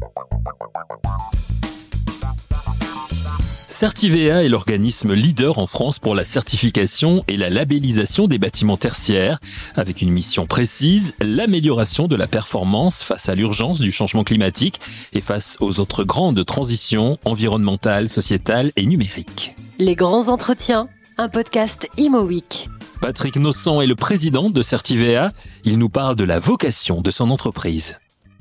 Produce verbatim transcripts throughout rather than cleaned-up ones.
Certivea est l'organisme leader en France pour la certification et la labellisation des bâtiments tertiaires, avec une mission précise, l'amélioration de la performance face à l'urgence du changement climatique et face aux autres grandes transitions environnementales, sociétales et numériques. Les grands entretiens, un podcast Imo Week. Patrick Nossan est le président de Certivea. Il nous parle de la vocation de son entreprise.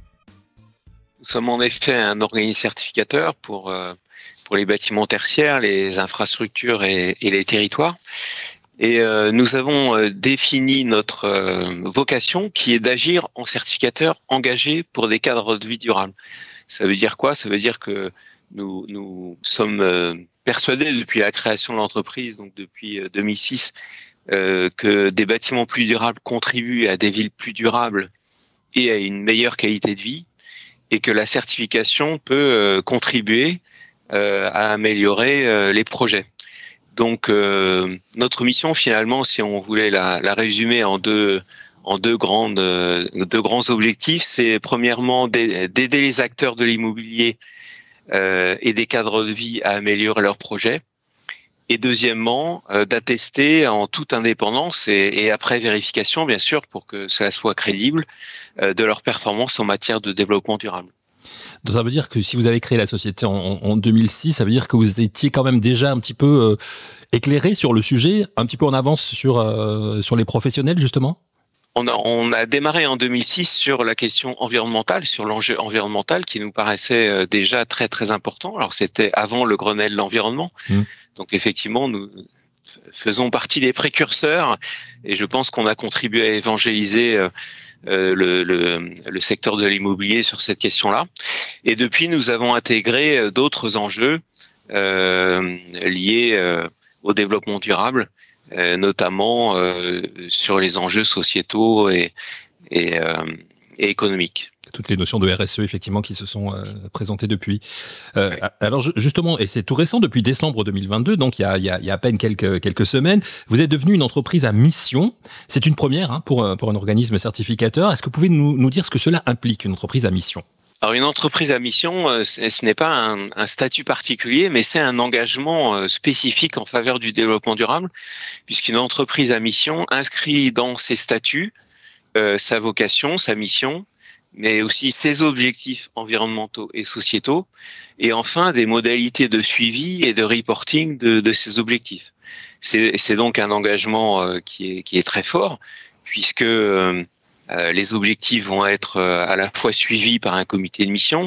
Nous sommes en effet un organisme certificateur pour... Euh pour les bâtiments tertiaires, les infrastructures et, et les territoires. Et euh, nous avons euh, défini notre euh, vocation qui est d'agir en certificateur engagé pour des cadres de vie durables. Ça veut dire quoi ? Ça veut dire que nous, nous sommes euh, persuadés depuis la création de l'entreprise, donc depuis euh, deux mille six, euh, que des bâtiments plus durables contribuent à des villes plus durables et à une meilleure qualité de vie, et que la certification peut euh, contribuer Euh, à améliorer euh, les projets. Donc euh, notre mission finalement, si on voulait la, la résumer en deux en deux grandes euh, deux grands objectifs, c'est premièrement d'aider les acteurs de l'immobilier euh, et des cadres de vie à améliorer leurs projets, et deuxièmement euh, d'attester en toute indépendance et, et après vérification bien sûr pour que cela soit crédible euh, de leur performance en matière de développement durable. Donc ça veut dire que si vous avez créé la société en, en deux mille six, ça veut dire que vous étiez quand même déjà un petit peu euh, éclairé sur le sujet, un petit peu en avance sur euh, sur les professionnels justement. On a, on a démarré en deux mille six sur la question environnementale, sur l'enjeu environnemental qui nous paraissait déjà très très important. Alors c'était avant le Grenelle de l'environnement, mmh. Donc effectivement nous faisons partie des précurseurs et je pense qu'on a contribué à évangéliser euh, Euh, le, le, le secteur de l'immobilier sur cette question-là. Et depuis, nous avons intégré d'autres enjeux euh, liés euh, au développement durable, euh, notamment euh, sur les enjeux sociétaux et, et, euh, et économiques. Toutes les notions de R S E, effectivement, qui se sont euh, présentées depuis. Euh, ouais. Alors, justement, et c'est tout récent, depuis décembre deux mille vingt-deux, donc il y a, il y a, il y a à peine quelques, quelques semaines, vous êtes devenu une entreprise à mission. C'est une première hein, pour, pour un organisme certificateur. Est-ce que vous pouvez nous, nous dire ce que cela implique, une entreprise à mission ? Alors, une entreprise à mission, ce n'est pas un, un statut particulier, mais c'est un engagement spécifique en faveur du développement durable, puisqu'une entreprise à mission inscrit dans ses statuts euh, sa vocation, sa mission, mais aussi ses objectifs environnementaux et sociétaux, et enfin des modalités de suivi et de reporting de, de ces objectifs. C'est, c'est donc un engagement euh, qui est, qui est très fort, puisque euh, les objectifs vont être euh, à la fois suivis par un comité de mission,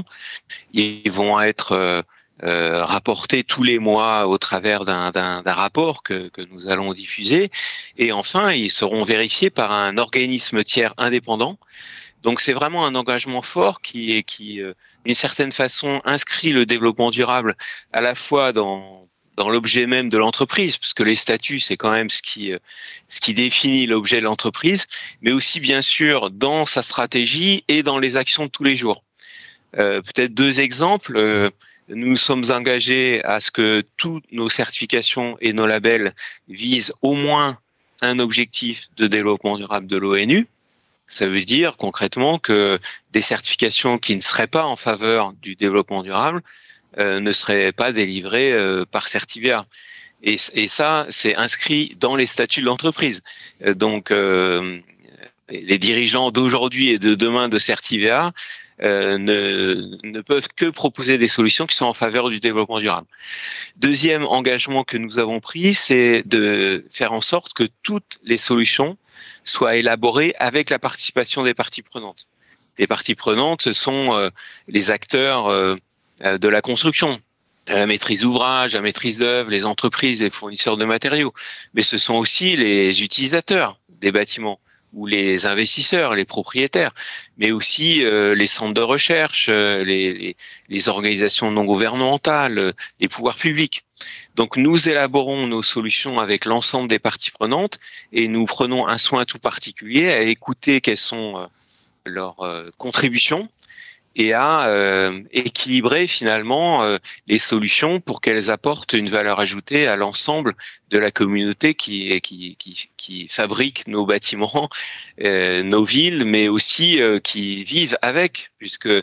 ils vont être euh, euh, rapportés tous les mois au travers d'un, d'un, d'un rapport que, que nous allons diffuser, et enfin ils seront vérifiés par un organisme tiers indépendant. Donc c'est vraiment un engagement fort qui, qui euh, d'une certaine façon, inscrit le développement durable à la fois dans, dans l'objet même de l'entreprise, parce que les statuts, c'est quand même ce qui, euh, ce qui définit l'objet de l'entreprise, mais aussi bien sûr dans sa stratégie et dans les actions de tous les jours. Euh, peut-être deux exemples. Euh, nous nous sommes engagés à ce que toutes nos certifications et nos labels visent au moins un objectif de développement durable de l'ONU. Ça veut dire concrètement que des certifications qui ne seraient pas en faveur du développement durable euh, ne seraient pas délivrées euh, par Certivea. Et, et ça, c'est inscrit dans les statuts de l'entreprise. Euh, donc, euh, les dirigeants d'aujourd'hui et de demain de Certivea euh, ne, ne peuvent que proposer des solutions qui sont en faveur du développement durable. Deuxième engagement que nous avons pris, c'est de faire en sorte que toutes les solutions soient élaborées avec la participation des parties prenantes. Les parties prenantes, ce sont euh, les acteurs euh, de la construction, la maîtrise d'ouvrage, la maîtrise d'œuvre, les entreprises, les fournisseurs de matériaux. Mais ce sont aussi les utilisateurs des bâtiments ou les investisseurs, les propriétaires, mais aussi euh, les centres de recherche, euh, les, les, les organisations non gouvernementales, euh, les pouvoirs publics. Donc nous élaborons nos solutions avec l'ensemble des parties prenantes et nous prenons un soin tout particulier à écouter quelles sont euh, leurs euh, contributions et à euh, équilibrer finalement euh, les solutions pour qu'elles apportent une valeur ajoutée à l'ensemble de la communauté qui qui qui, qui fabrique nos bâtiments, euh, nos villes, mais aussi euh, qui vivent avec, puisque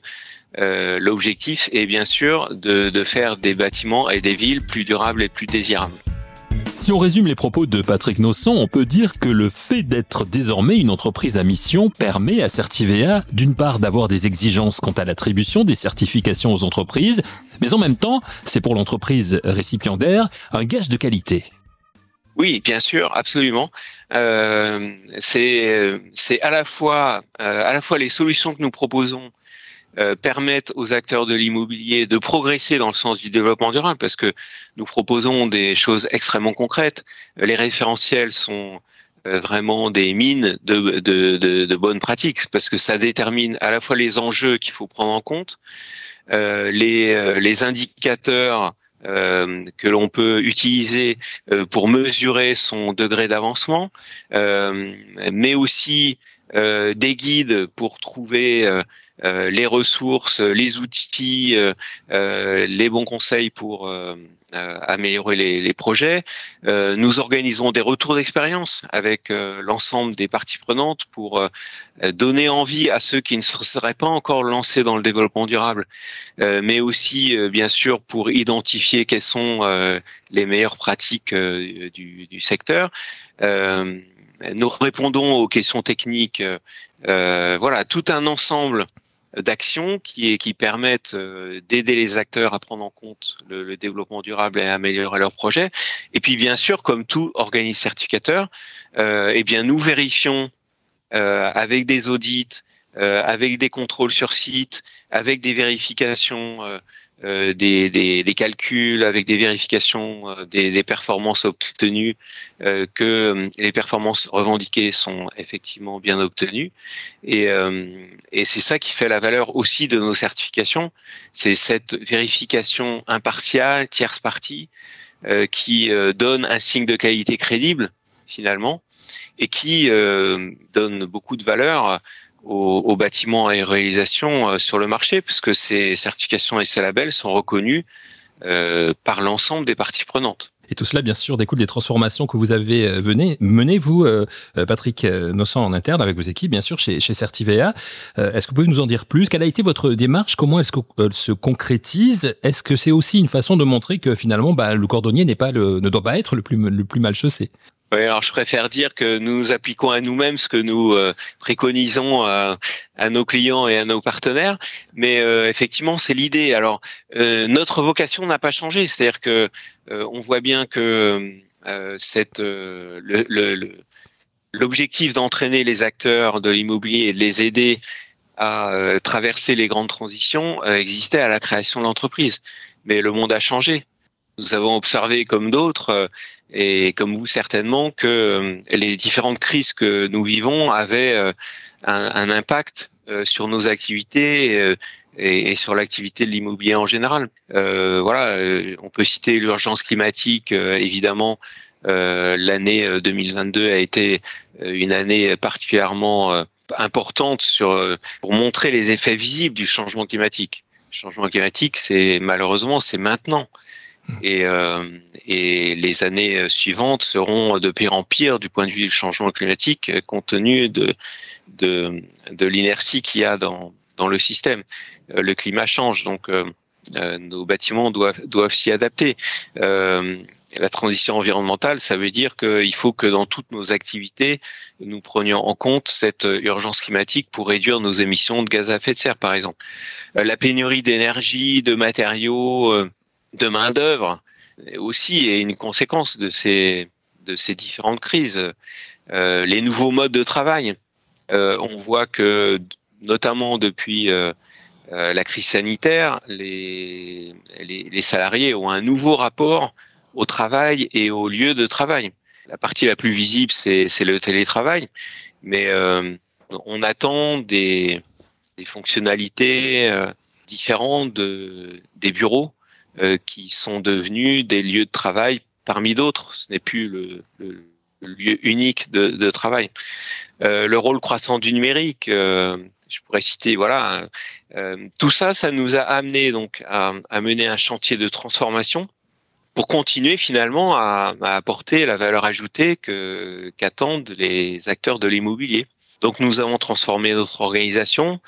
euh, l'objectif est bien sûr de, de faire des bâtiments et des villes plus durables et plus désirables. Si on résume les propos de Patrick Nossan, on peut dire que le fait d'être désormais une entreprise à mission permet à Certivea, d'une part, d'avoir des exigences quant à l'attribution des certifications aux entreprises, mais en même temps, c'est pour l'entreprise récipiendaire un gage de qualité. Oui, bien sûr, absolument. Euh, c'est, c'est à la fois, euh, à la fois les solutions que nous proposons Euh, permettent aux acteurs de l'immobilier de progresser dans le sens du développement durable, parce que nous proposons des choses extrêmement concrètes. Les référentiels sont euh, vraiment des mines de, de, de, de bonnes pratiques, parce que ça détermine à la fois les enjeux qu'il faut prendre en compte, euh, les, les indicateurs euh, que l'on peut utiliser euh, pour mesurer son degré d'avancement, euh, mais aussi euh, des guides pour trouver euh, Euh, les ressources, les outils, euh, euh, les bons conseils pour euh, euh, améliorer les, les projets. Euh, nous organisons des retours d'expérience avec euh, l'ensemble des parties prenantes pour euh, donner envie à ceux qui ne se seraient pas encore lancés dans le développement durable, euh, mais aussi euh, bien sûr pour identifier quelles sont euh, les meilleures pratiques euh, du, du secteur. Euh, nous répondons aux questions techniques. Euh, voilà, tout un ensemble d'actions qui, qui permettent d'aider les acteurs à prendre en compte le, le développement durable et à améliorer leurs projets. Et puis bien sûr, comme tout organisme certificateur, euh, eh bien nous vérifions euh, avec des audits, euh, avec des contrôles sur site, avec des vérifications euh, euh, des, des, des calculs, avec des vérifications euh, des, des performances obtenues, euh, que euh, les performances revendiquées sont effectivement bien obtenues. Et, euh, et c'est ça qui fait la valeur aussi de nos certifications. C'est cette vérification impartiale, tierce partie, euh, qui euh, donne un signe de qualité crédible, finalement, et qui euh, donne beaucoup de valeur aux, aux bâtiments et réalisations euh, sur le marché, parce que ces certifications et ces labels sont reconnus euh, par l'ensemble des parties prenantes. Et tout cela, bien sûr, découle des transformations que vous avez menées, menées, vous, euh, Patrick Nossan, en interne, avec vos équipes, bien sûr, chez, chez Certivea. Euh, est-ce que vous pouvez nous en dire plus? Quelle a été votre démarche? Comment est-ce qu'elle se concrétise? Est-ce que c'est aussi une façon de montrer que, finalement, bah, le cordonnier n'est pas le, ne doit pas être le plus, le plus mal chaussé? Oui, alors je préfère dire que nous nous appliquons à nous-mêmes ce que nous euh, préconisons à, à nos clients et à nos partenaires, mais euh, effectivement c'est l'idée. Alors euh, notre vocation n'a pas changé, c'est-à-dire que euh, on voit bien que euh, cette euh, le, le, le, l'objectif d'entraîner les acteurs de l'immobilier et de les aider à euh, traverser les grandes transitions euh, existait à la création de l'entreprise, mais le monde a changé. Nous avons observé comme d'autres, euh, et comme vous certainement, que euh, les différentes crises que nous vivons avaient euh, un, un impact euh, sur nos activités euh, et, et sur l'activité de l'immobilier en général. Euh, voilà, euh, on peut citer l'urgence climatique, euh, évidemment. Euh, l'année deux mille vingt-deux a été une année particulièrement euh, importante sur, pour montrer les effets visibles du changement climatique. Le changement climatique, c'est malheureusement, c'est maintenant. Et, euh, et les années suivantes seront de pire en pire du point de vue du changement climatique, compte tenu de, de, de l'inertie qu'il y a dans, dans le système. Le climat change, donc euh, nos bâtiments doivent, doivent s'y adapter. Euh, la transition environnementale, ça veut dire qu'il faut que dans toutes nos activités, nous prenions en compte cette urgence climatique pour réduire nos émissions de gaz à effet de serre, par exemple. La pénurie d'énergie, de matériaux, de main-d'œuvre aussi est une conséquence de ces, de ces différentes crises. Euh, les nouveaux modes de travail, euh, on voit que notamment depuis euh, euh, la crise sanitaire, les, les, les salariés ont un nouveau rapport au travail et au lieu de travail. La partie la plus visible, c'est, c'est le télétravail, mais euh, on attend des, des fonctionnalités euh, différentes de, des bureaux, Euh, qui sont devenus des lieux de travail parmi d'autres. Ce n'est plus le, le, le lieu unique de, de travail. Euh, le rôle croissant du numérique, euh, je pourrais citer, voilà, euh, tout ça, ça nous a amené donc à, à mener un chantier de transformation pour continuer finalement à, à apporter la valeur ajoutée que, qu'attendent les acteurs de l'immobilier. Donc nous avons transformé notre organisation.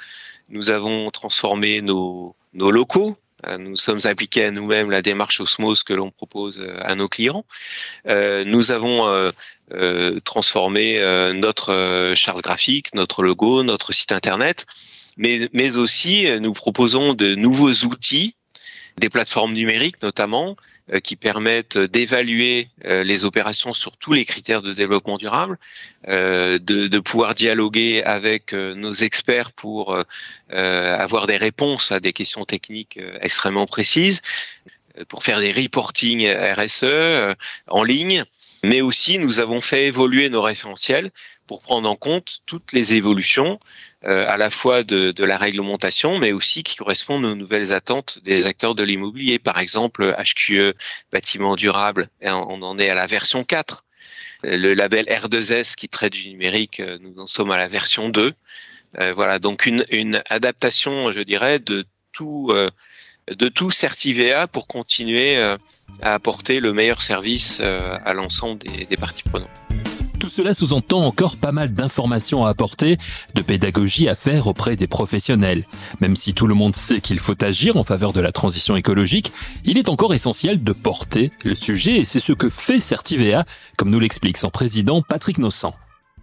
Nous avons transformé nos, nos locaux. Nous sommes appliqués à nous-mêmes la démarche Osmose que l'on propose à nos clients. Euh, nous avons euh, euh, transformé euh, notre euh, charte graphique, notre logo, notre site internet, mais, mais aussi nous proposons de nouveaux outils, des plateformes numériques notamment, euh, qui permettent d'évaluer euh, les opérations sur tous les critères de développement durable, euh, de, de pouvoir dialoguer avec euh, nos experts pour euh, euh, avoir des réponses à des questions techniques euh, extrêmement précises, euh, pour faire des reporting R S E euh, en ligne, mais aussi nous avons fait évoluer nos référentiels pour prendre en compte toutes les évolutions euh, à la fois de, de la réglementation, mais aussi qui correspondent aux nouvelles attentes des acteurs de l'immobilier. Par exemple, H Q E, bâtiment durable, on en est à la version quatre. Le label R deux S qui traite du numérique, nous en sommes à la version deux. Euh, voilà, donc une, une adaptation, je dirais, de tout, euh, de tout Certivea pour continuer euh, à apporter le meilleur service euh, à l'ensemble des, des parties prenantes. Tout cela sous-entend encore pas mal d'informations à apporter, de pédagogie à faire auprès des professionnels. Même si tout le monde sait qu'il faut agir en faveur de la transition écologique, il est encore essentiel de porter le sujet et c'est ce que fait Certivea, comme nous l'explique son président Patrick Nossan.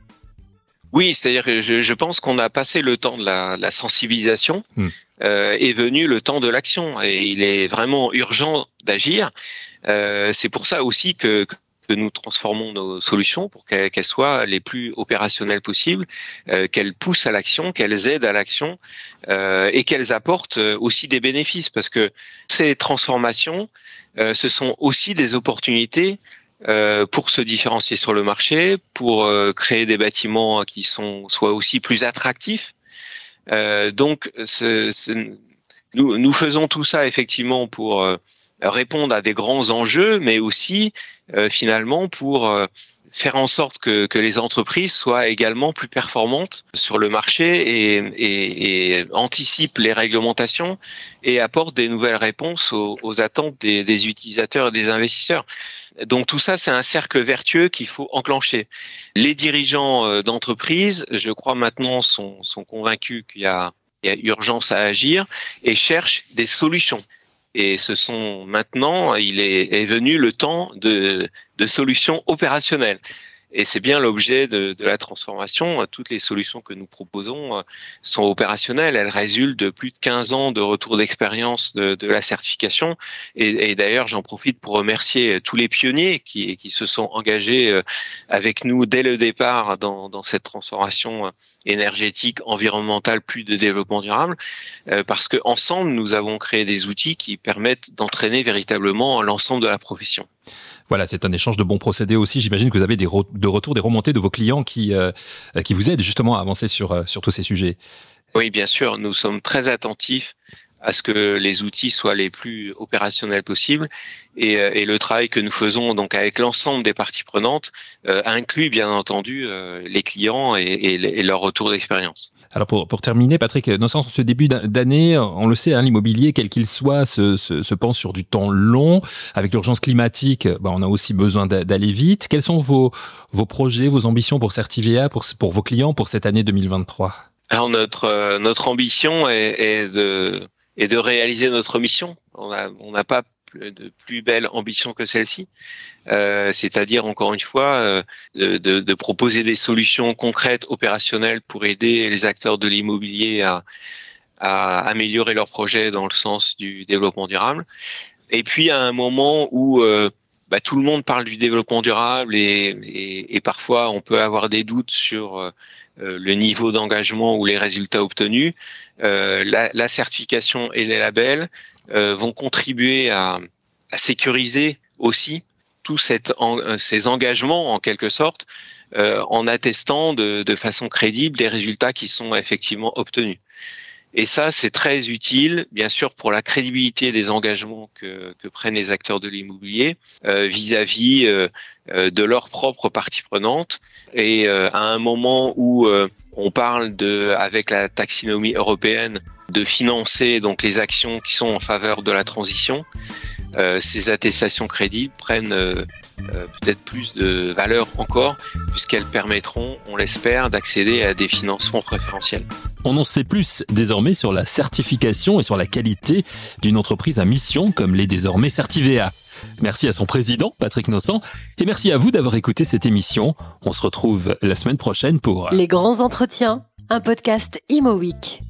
Oui, c'est-à-dire que je, je pense qu'on a passé le temps de la, la sensibilisation, mmh. euh, est venu le temps de l'action et il est vraiment urgent d'agir. Euh, c'est pour ça aussi que, que que nous transformons nos solutions pour qu'elles, qu'elles soient les plus opérationnelles possibles, euh, qu'elles poussent à l'action, qu'elles aident à l'action euh, et qu'elles apportent aussi des bénéfices parce que ces transformations, euh, ce sont aussi des opportunités euh, pour se différencier sur le marché, pour euh, créer des bâtiments qui sont soient aussi plus attractifs. Euh, donc, c'est, c'est, nous, nous faisons tout ça effectivement pour euh, répondre à des grands enjeux, mais aussi euh, finalement pour euh, faire en sorte que, que les entreprises soient également plus performantes sur le marché et, et, et anticipent les réglementations et apportent des nouvelles réponses aux, aux attentes des, des utilisateurs et des investisseurs. Donc tout ça, c'est un cercle vertueux qu'il faut enclencher. Les dirigeants d'entreprises, je crois maintenant, sont, sont convaincus qu'il y a, il y a urgence à agir et cherchent des solutions. Et ce sont maintenant, il est, est venu le temps de, de solutions opérationnelles. Et c'est bien l'objet de, de la transformation. Toutes les solutions que nous proposons sont opérationnelles. Elles résultent de plus de quinze ans de retour d'expérience de, de la certification. Et, et d'ailleurs, j'en profite pour remercier tous les pionniers qui, qui se sont engagés avec nous dès le départ dans, dans cette transformation énergétique, environnementale, plus de développement durable, parce que ensemble, nous avons créé des outils qui permettent d'entraîner véritablement l'ensemble de la profession. Voilà, c'est un échange de bons procédés aussi. J'imagine que vous avez des re- de retours, des remontées de vos clients qui euh, qui vous aident justement à avancer sur euh, sur tous ces sujets. Oui, bien sûr, nous sommes très attentifs à ce que les outils soient les plus opérationnels possibles et, et le travail que nous faisons donc avec l'ensemble des parties prenantes euh, inclut bien entendu euh, les clients et, et, et leur retour d'expérience. Alors pour, pour terminer, Patrick, dans ce début d'année, on le sait, hein, l'immobilier, quel qu'il soit, se, se, se pense sur du temps long. Avec l'urgence climatique, bah, on a aussi besoin d'aller vite. Quels sont vos, vos projets, vos ambitions pour Certivea, pour, pour vos clients pour cette année deux mille vingt-trois ? Alors notre, euh, notre ambition est, est, de, est de réaliser notre mission. On a, on n'a pas de plus belle ambition que celle-ci, euh, c'est-à-dire encore une fois euh, de, de, de proposer des solutions concrètes, opérationnelles pour aider les acteurs de l'immobilier à, à améliorer leurs projets dans le sens du développement durable. Et puis à un moment où euh, bah, tout le monde parle du développement durable et, et, et parfois on peut avoir des doutes sur euh, le niveau d'engagement ou les résultats obtenus, euh, la, la certification et les labels Euh, vont contribuer à, à sécuriser aussi tous cette, en, ces engagements en quelque sorte euh, en attestant de, de façon crédible les résultats qui sont effectivement obtenus. Et ça, c'est très utile, bien sûr, pour la crédibilité des engagements que, que prennent les acteurs de l'immobilier euh, vis-à-vis euh, de leurs propres parties prenantes. Et euh, à un moment où euh, on parle de, avec la taxinomie européenne, de financer donc les actions qui sont en faveur de la transition, euh, ces attestations crédit prennent euh, euh, peut-être plus de valeur encore, puisqu'elles permettront, on l'espère, d'accéder à des financements préférentiels. On en sait plus désormais sur la certification et sur la qualité d'une entreprise à mission comme l'est désormais Certivea. Merci à son président, Patrick Nossan, et merci à vous d'avoir écouté cette émission. On se retrouve la semaine prochaine pour Les grands entretiens, un podcast Imo Week.